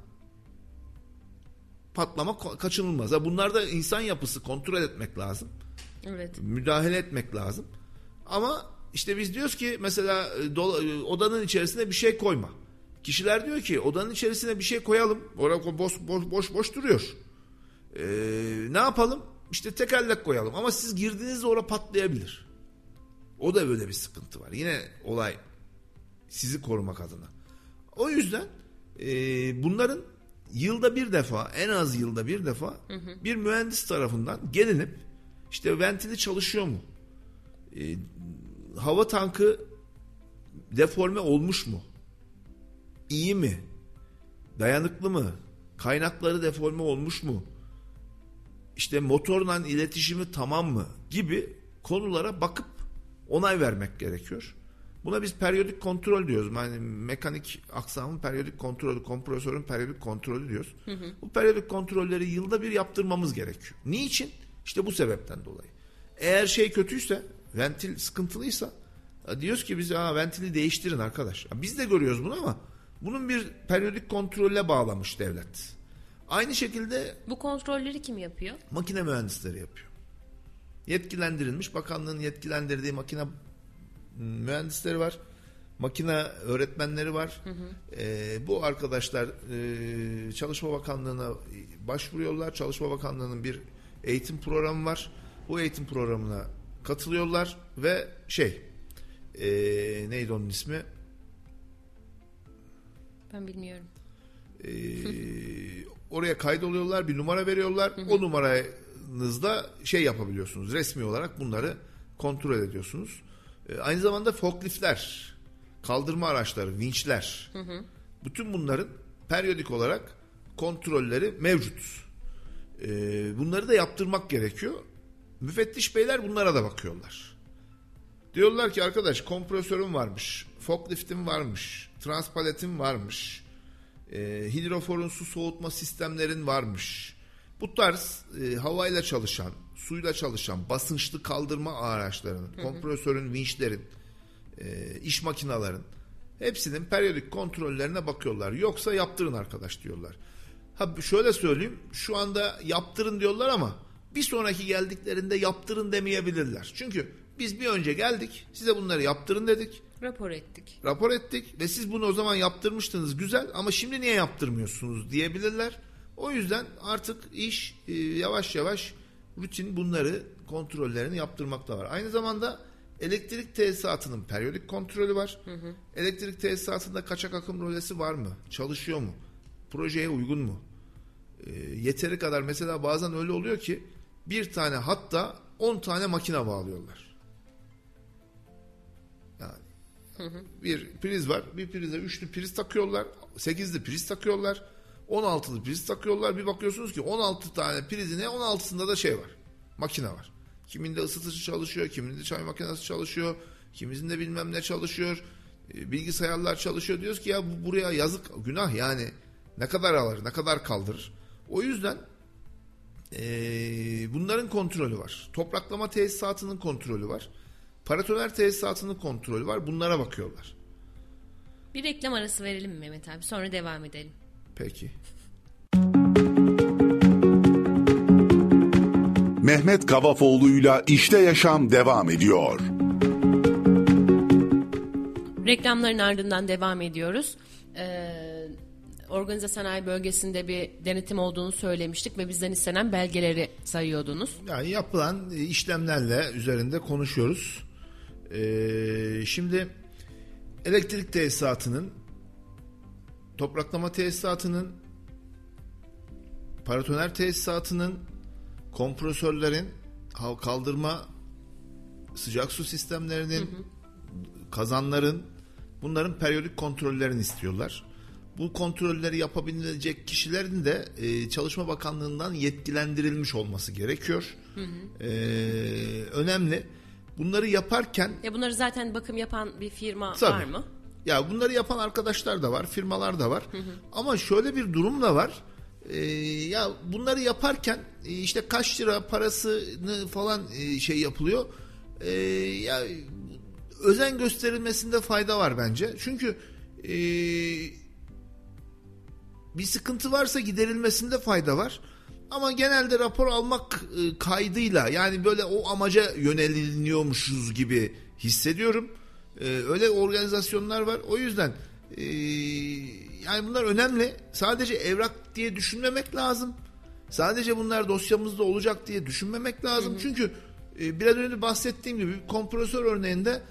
patlama kaçınılmaz. Bunlarda insan yapısı kontrol etmek lazım. Evet. Müdahale etmek lazım. Ama işte biz diyoruz ki mesela odanın içerisine bir şey koyma. Kişiler diyor ki odanın içerisine bir şey koyalım. Orada boş duruyor. Ne yapalım? İşte tekerlek koyalım. Ama siz girdiğinizde orada patlayabilir. O da böyle bir sıkıntı var. Yine olay sizi korumak adına. O yüzden bunların yılda bir defa, en az yılda bir defa bir mühendis tarafından gelinip işte ventili çalışıyor mu? Hava tankı deforme olmuş mu? İyi mi? Dayanıklı mı? Kaynakları deforme olmuş mu? İşte motorla iletişimi tamam mı? Gibi konulara bakıp onay vermek gerekiyor. Buna biz periyodik kontrol diyoruz. Yani mekanik aksamın periyodik kontrolü, kompresörün periyodik kontrolü diyoruz. Bu periyodik kontrolleri yılda bir yaptırmamız gerekiyor. Niçin? İşte bu sebepten dolayı. Eğer şey kötüyse, ventil sıkıntılıysa diyoruz ki biz ventili değiştirin arkadaş. Biz de görüyoruz bunu ama bunun bir periyodik kontrolle bağlamış devlet. Aynı şekilde bu kontrolleri kim yapıyor? Makine mühendisleri yapıyor. Yetkilendirilmiş, bakanlığın yetkilendirdiği makine mühendisleri var. Makine öğretmenleri var. Bu arkadaşlar Çalışma Bakanlığı'na başvuruyorlar. Çalışma Bakanlığı'nın bir eğitim programı var. Bu eğitim programına katılıyorlar ve neydi onun ismi? Ben bilmiyorum. Oraya kaydoluyorlar, bir numara veriyorlar. O numaranızda yapabiliyorsunuz. Resmi olarak bunları kontrol ediyorsunuz. Aynı zamanda forkliftler, kaldırma araçları, vinçler, bütün bunların periyodik olarak kontrolleri mevcut. Bunları da yaptırmak gerekiyor. Müfettiş beyler bunlara da bakıyorlar. Diyorlar ki arkadaş, kompresörüm varmış, forkliftim varmış, transpaletim varmış, hidroforun su soğutma sistemlerin varmış. Bu tarz havayla çalışan, suyla çalışan basınçlı kaldırma araçlarının, kompresörün, vinçlerin, iş makinelerin hepsinin periyodik kontrollerine bakıyorlar. Yoksa yaptırın arkadaş diyorlar. Şöyle söyleyeyim, şu anda yaptırın diyorlar ama bir sonraki geldiklerinde yaptırın demeyebilirler. Çünkü biz bir önce geldik, size bunları yaptırın dedik. Rapor ettik ve siz bunu o zaman yaptırmıştınız, güzel, ama şimdi niye yaptırmıyorsunuz diyebilirler. O yüzden artık iş yavaş yavaş rutin bunları, kontrollerini yaptırmakta var. Aynı zamanda elektrik tesisatının periyodik kontrolü var. Elektrik tesisatında kaçak akım rölesi var mı? Çalışıyor mu? Projeye uygun mu? Yeteri kadar, mesela bazen öyle oluyor ki bir tane hatta 10 tane makine bağlıyorlar. Yani bir priz var. Bir prize 3'lü priz takıyorlar. 8'li priz takıyorlar. 16'lı priz takıyorlar. Bir bakıyorsunuz ki 16 tane prizine 16'sında da şey var. Makine var. Kiminde ısıtıcı çalışıyor. Kiminde çay makinesi çalışıyor. Kimisinde bilmem ne çalışıyor. Bilgisayarlar çalışıyor. Diyoruz ki ya buraya yazık, günah yani. Ne kadar alır, ne kadar kaldırır. O yüzden bunların kontrolü var. Topraklama tesisatının kontrolü var. Paratoner tesisatının kontrolü var. Bunlara bakıyorlar. Bir reklam arası verelim mi Mehmet abi? Sonra devam edelim. Peki. Mehmet Kavafoğlu'yla İşte Yaşam devam ediyor. Reklamların ardından devam ediyoruz. Organize sanayi bölgesinde bir denetim olduğunu söylemiştik ve bizden istenen belgeleri sayıyordunuz. Yani yapılan işlemlerle üzerinde konuşuyoruz. Şimdi elektrik tesisatının, topraklama tesisatının, paratoner tesisatının, kompresörlerin, kaldırma sıcak su sistemlerinin, kazanların, bunların periyodik kontrollerini istiyorlar. Bu kontrolleri yapabilecek kişilerin de Çalışma Bakanlığı'ndan yetkilendirilmiş olması gerekiyor. Önemli. Bunları yaparken... bunları zaten bakım yapan bir firma tabii var mı? Ya bunları yapan arkadaşlar da var, firmalar da var. Ama şöyle bir durum da var. Ya bunları yaparken işte kaç lira parasını falan şey yapılıyor. Ya özen gösterilmesinde fayda var bence. Çünkü bir sıkıntı varsa giderilmesinde fayda var. Ama genelde rapor almak kaydıyla, yani böyle o amaca yöneliniyormuşuz gibi hissediyorum. Öyle organizasyonlar var. O yüzden yani bunlar önemli. Sadece evrak diye düşünmemek lazım. Sadece bunlar dosyamızda olacak diye düşünmemek lazım. Çünkü biraz önce bahsettiğim gibi kompresör örneğinde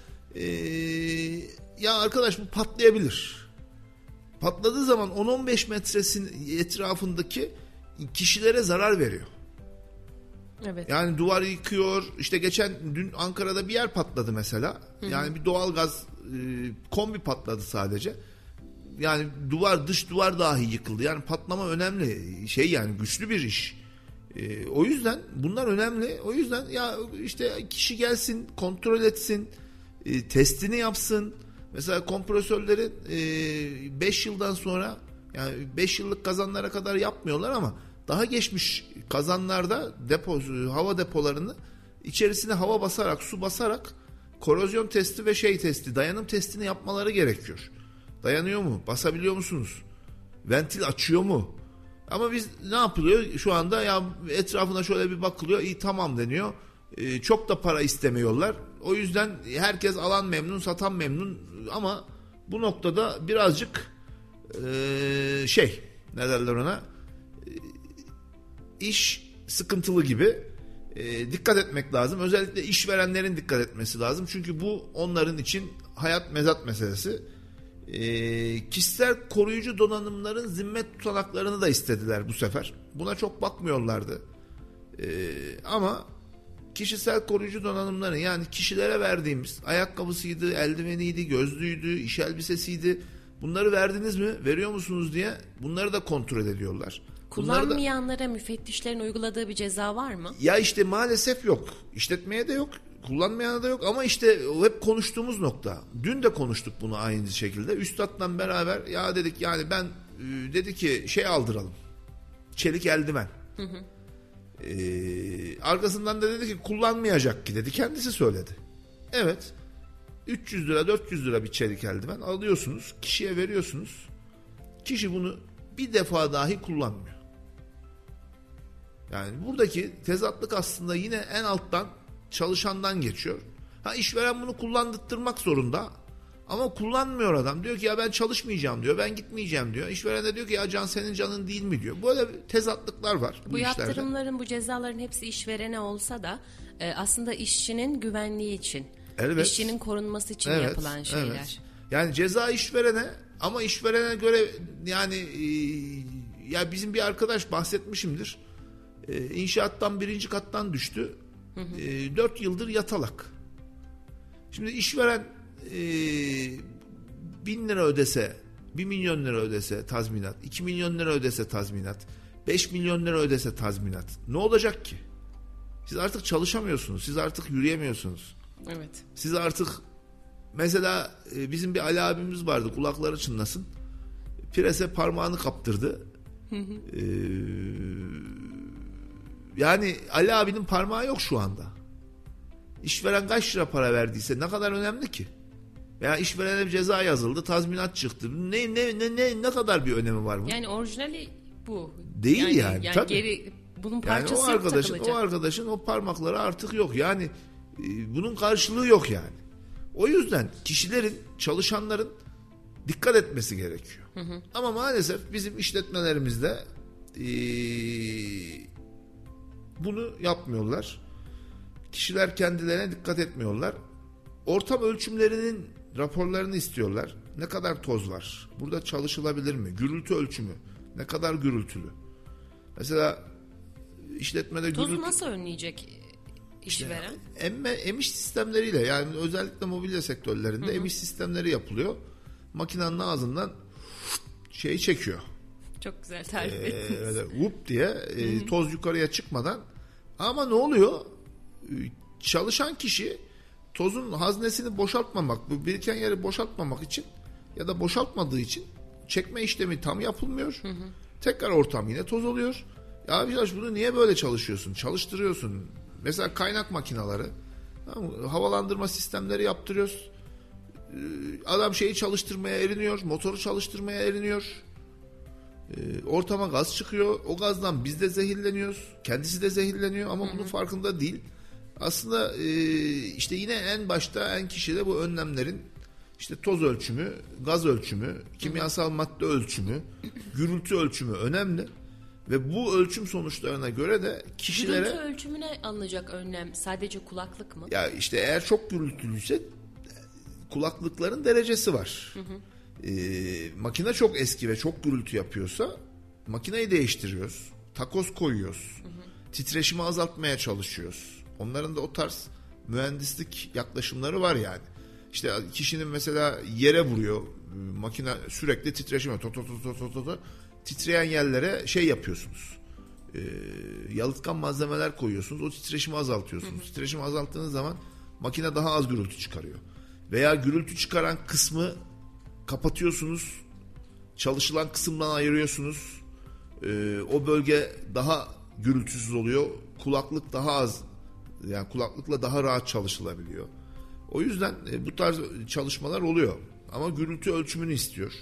ya arkadaş bu patlayabilir. Patladığı zaman 10-15 metresinin etrafındaki kişilere zarar veriyor. Evet. Yani duvar yıkıyor. İşte dün Ankara'da bir yer patladı mesela. Yani bir doğalgaz kombi patladı sadece. Yani dış duvar dahi yıkıldı. Yani patlama önemli şey, yani güçlü bir iş. O yüzden bunlar önemli. O yüzden ya işte kişi gelsin, kontrol etsin, testini yapsın. Mesela kompresörlerin 5 yıldan sonra, yani 5 yıllık kazanlara kadar yapmıyorlar ama daha geçmiş kazanlarda hava depolarını içerisine hava basarak, su basarak korozyon testi ve testi, dayanım testini yapmaları gerekiyor. Dayanıyor mu? Basabiliyor musunuz? Ventil açıyor mu? Ama biz ne yapılıyor? Şu anda ya etrafına şöyle bir bakılıyor. İyi, tamam deniyor. Çok da para istemiyorlar. O yüzden herkes alan memnun, satan memnun. Ama bu noktada birazcık ne derler ona? İş sıkıntılı gibi. Dikkat etmek lazım. Özellikle işverenlerin dikkat etmesi lazım. Çünkü bu onların için hayat mezat meselesi. Kişisel koruyucu donanımların zimmet tutanaklarını da istediler bu sefer. Buna çok bakmıyorlardı. Ama kişisel koruyucu donanımların, yani kişilere verdiğimiz ayakkabısıydı, eldiveniydi, gözlüğüydü, iş elbisesiydi. Bunları verdiniz mi, veriyor musunuz diye bunları da kontrol ediyorlar. Kullanmayanlara müfettişlerin uyguladığı bir ceza var mı? Ya işte maalesef yok. İşletmeye de yok. Kullanmayana da yok, ama işte hep konuştuğumuz nokta. Dün de konuştuk bunu aynı şekilde. Üstadla beraber ya dedik, yani ben dedi ki aldıralım. Çelik eldiven. Arkasından da dedi ki kullanmayacak ki dedi. Kendisi söyledi. Evet. 300 lira 400 lira bir çelik eldiven alıyorsunuz. Kişiye veriyorsunuz. Kişi bunu bir defa dahi kullanmıyor. Yani buradaki tezatlık aslında yine en alttan, çalışandan geçiyor. İşveren bunu kullandırtmak zorunda. Ama kullanmıyor adam. Diyor ki ya ben çalışmayacağım diyor. Ben gitmeyeceğim diyor. İşveren de diyor ki ya can senin canın değil mi diyor. Böyle tezatlıklar var. Bu yaptırımların, bu cezaların hepsi işverene olsa da aslında işçinin güvenliği için, evet, işçinin korunması için yapılan şeyler. Evet. Yani ceza işverene, ama işverene göre yani ya bizim bir arkadaş bahsetmişimdir. İnşaattan 1. kattan düştü. 4 yıldır yatalak. Şimdi işveren 1000 lira ödese, 1 milyon lira ödese tazminat, 2 milyon lira ödese tazminat, 5 milyon lira ödese tazminat. Ne olacak ki? Siz artık çalışamıyorsunuz. Siz artık yürüyemiyorsunuz. Evet. Siz artık mesela bizim bir Ali abimiz vardı, kulakları çınlasın. Prese parmağını kaptırdı. Yani Ali abinin parmağı yok şu anda. İşveren kaç lira para verdiyse ne kadar önemli ki? Veya işverene bir ceza yazıldı, tazminat çıktı. Ne kadar bir önemi var bunun? Yani orijinali bu. Değil yani tabii. Geri bunun parçası yani o arkadaşın o parmakları artık yok. Yani bunun karşılığı yok yani. O yüzden kişilerin, çalışanların dikkat etmesi gerekiyor. Ama maalesef bizim işletmelerimizde bunu yapmıyorlar. Kişiler kendilerine dikkat etmiyorlar. Ortam ölçümlerinin raporlarını istiyorlar. Ne kadar toz var? Burada çalışılabilir mi? Gürültü ölçümü. Ne kadar gürültülü? Mesela işletmede tozu nasıl önleyecek işveren? Emiş sistemleriyle, yani özellikle mobilya sektörlerinde emiş sistemleri yapılıyor. Makinenin ağzından şeyi çekiyor. Çok güzel tarif ettiniz. Öyle whoop diye toz yukarıya çıkmadan. Ama ne oluyor? Çalışan kişi tozun haznesini boşaltmamak, bu biriken yeri boşaltmamak için ya da boşaltmadığı için çekme işlemi tam yapılmıyor. Tekrar ortam yine toz oluyor. Ya arkadaş, bunu niye böyle çalışıyorsun? Çalıştırıyorsun. Mesela kaynak makineleri, havalandırma sistemleri yaptırıyoruz. Adam şeyi çalıştırmaya eriniyor, motoru çalıştırmaya eriniyor. Ortama gaz çıkıyor. O gazdan biz de zehirleniyoruz. Kendisi de zehirleniyor ama bunun farkında değil. Aslında işte yine en başta en kişide bu önlemlerin işte toz ölçümü, gaz ölçümü, kimyasal madde ölçümü, gürültü ölçümü önemli. Ve bu ölçüm sonuçlarına göre de kişilere... Gürültü ölçümüne alınacak önlem sadece kulaklık mı? Ya işte eğer çok gürültülüyse kulaklıkların derecesi var. Makine çok eski ve çok gürültü yapıyorsa makineyi değiştiriyoruz. Takoz koyuyoruz. Titreşimi azaltmaya çalışıyoruz. Onların da o tarz mühendislik yaklaşımları var yani. İşte kişinin mesela yere vuruyor. Makine sürekli titreşim yapıyor. Titreyen yerlere şey yapıyorsunuz. Yalıtkan malzemeler koyuyorsunuz. O titreşimi azaltıyorsunuz. Titreşimi azalttığınız zaman makine daha az gürültü çıkarıyor. Veya gürültü çıkaran kısmı kapatıyorsunuz. Çalışılan kısımdan ayırıyorsunuz. O bölge daha gürültüsüz oluyor. Kulaklık daha az, yani kulaklıkla daha rahat çalışılabiliyor. O yüzden bu tarz çalışmalar oluyor. Ama gürültü ölçümünü istiyor.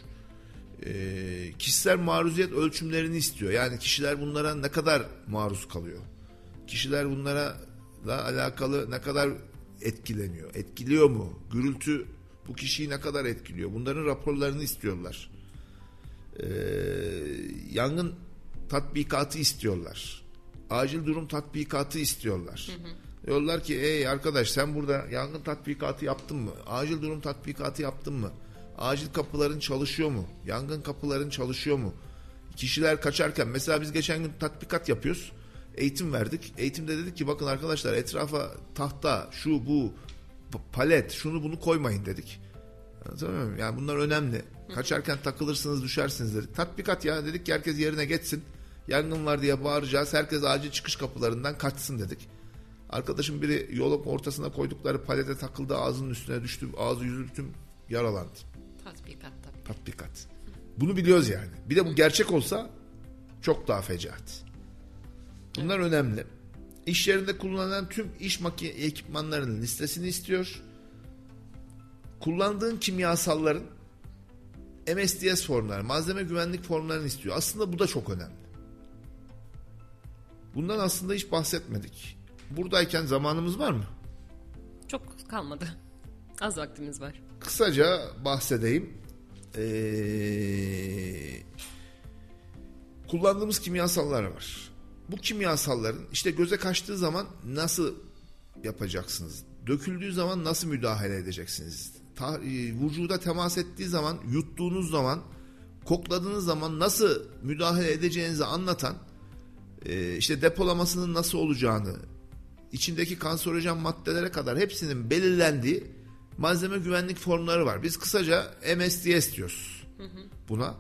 Kişisel maruziyet ölçümlerini istiyor. Yani kişiler bunlara ne kadar maruz kalıyor? Kişiler bunlara alakalı ne kadar etkileniyor? Etkiliyor mu? Gürültü bu kişiyi ne kadar etkiliyor? Bunların raporlarını istiyorlar. Yangın tatbikatı istiyorlar. Acil durum tatbikatı istiyorlar. Diyorlar ki ey arkadaş, sen burada yangın tatbikatı yaptın mı? Acil durum tatbikatı yaptın mı? Acil kapıların çalışıyor mu? Yangın kapıların çalışıyor mu? Kişiler kaçarken, mesela biz geçen gün tatbikat yapıyoruz. Eğitim verdik. Eğitimde dedik ki bakın arkadaşlar, etrafa tahta, şu bu, palet, şunu bunu koymayın dedik. Tamam mı? Yani bunlar önemli. Kaçarken takılırsınız, düşersiniz dedik. Tatbikat ya dedik ki herkes yerine geçsin. Yangın var diye bağıracağız. Herkes acil çıkış kapılarından kaçsın dedik. Arkadaşım biri yolun ortasına koydukları palete takıldı, ağzının üstüne düştü. Ağzı yüzü bütün yaralandı. Tatbikat. Bunu biliyoruz yani. Bir de bu gerçek olsa çok daha fecaat. Bunlar önemli. İş yerinde kullanılan tüm iş ekipmanlarının listesini istiyor. Kullandığın kimyasalların MSDS formları, malzeme güvenlik formlarını istiyor. Aslında bu da çok önemli. Bundan aslında hiç bahsetmedik. Buradayken zamanımız var mı? Çok kalmadı. Az vaktimiz var. Kısaca bahsedeyim. Kullandığımız kimyasallar var. Bu kimyasalların işte göze kaçtığı zaman nasıl yapacaksınız? Döküldüğü zaman nasıl müdahale edeceksiniz? Vücuda temas ettiği zaman, yuttuğunuz zaman, kokladığınız zaman nasıl müdahale edeceğinizi anlatan, işte depolamasının nasıl olacağını, içindeki kanserojen maddelere kadar hepsinin belirlendiği malzeme güvenlik formları var. Biz kısaca MSDS diyoruz buna.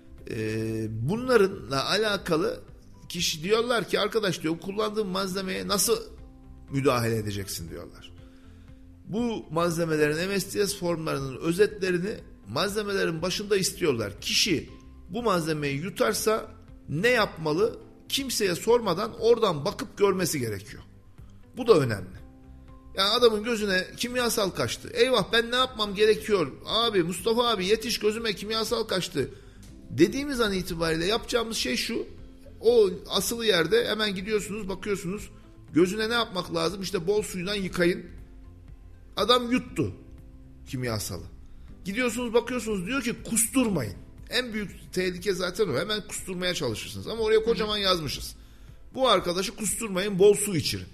Bunlarla alakalı kişi diyorlar ki arkadaş diyor kullandığın malzemeye nasıl müdahale edeceksin diyorlar. Bu malzemelerin MSDS formlarının özetlerini malzemelerin başında istiyorlar. Kişi bu malzemeyi yutarsa ne yapmalı? Kimseye sormadan oradan bakıp görmesi gerekiyor. Bu da önemli. Yani adamın gözüne kimyasal kaçtı. Eyvah ben ne yapmam gerekiyor? Abi Mustafa abi yetiş gözüme kimyasal kaçtı. Dediğimiz an itibariyle yapacağımız şey şu. O asılı yerde hemen gidiyorsunuz bakıyorsunuz. Gözüne ne yapmak lazım? İşte bol suyundan yıkayın. Adam yuttu kimyasalı. Gidiyorsunuz bakıyorsunuz diyor ki kusturmayın. En büyük tehlike zaten o. Hemen kusturmaya çalışırsınız. Ama oraya kocaman yazmışız. Bu arkadaşı kusturmayın, bol su içirin.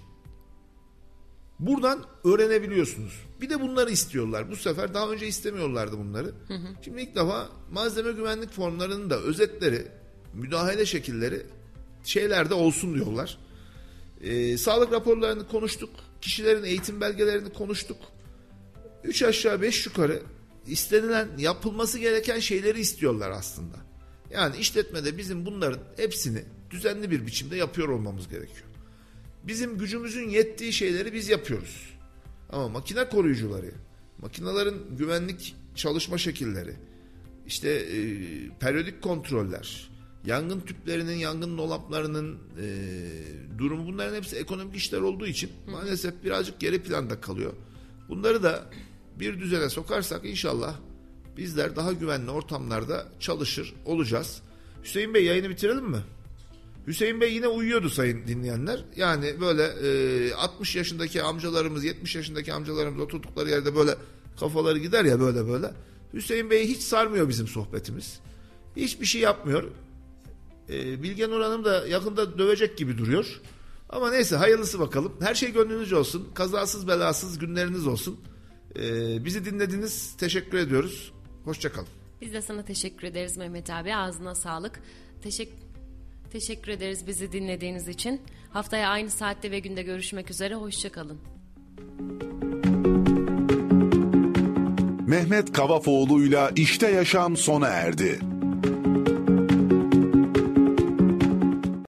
Buradan öğrenebiliyorsunuz. Bir de bunları istiyorlar. Bu sefer daha önce istemiyorlardı bunları. Şimdi ilk defa malzeme güvenlik formlarının da özetleri, müdahale şekilleri şeylerde olsun diyorlar. Sağlık raporlarını konuştuk. Kişilerin eğitim belgelerini konuştuk. 3 aşağı 5 yukarı istenilen, yapılması gereken şeyleri istiyorlar aslında. Yani işletmede bizim bunların hepsini düzenli bir biçimde yapıyor olmamız gerekiyor. Bizim gücümüzün yettiği şeyleri biz yapıyoruz. Ama makine koruyucuları, makinelerin güvenlik çalışma şekilleri, işte periyodik kontroller, yangın tüplerinin, yangın dolaplarının durumu, bunların hepsi ekonomik işler olduğu için maalesef birazcık geri planda kalıyor. Bunları da bir düzene sokarsak inşallah bizler daha güvenli ortamlarda çalışır olacağız. Hüseyin Bey yayını bitirelim mi? Hüseyin Bey yine uyuyordu sayın dinleyenler. Yani böyle 60 yaşındaki amcalarımız, 70 yaşındaki amcalarımız oturdukları yerde böyle kafaları gider ya böyle. Hüseyin Bey'i hiç sarmıyor bizim sohbetimiz. Hiçbir şey yapmıyor. Bilgenur Hanım da yakında dövecek gibi duruyor. Ama neyse hayırlısı bakalım. Her şey gönlünüzce olsun. Kazasız belasız günleriniz olsun. Bizi dinlediniz. Teşekkür ediyoruz. Hoşça kalın. Biz de sana teşekkür ederiz Mehmet abi. Ağzına sağlık. Teşekkür ederiz bizi dinlediğiniz için. Haftaya aynı saatte ve günde görüşmek üzere. Hoşça kalın. Mehmet Kavafoğlu'yla İşte Yaşam sona erdi.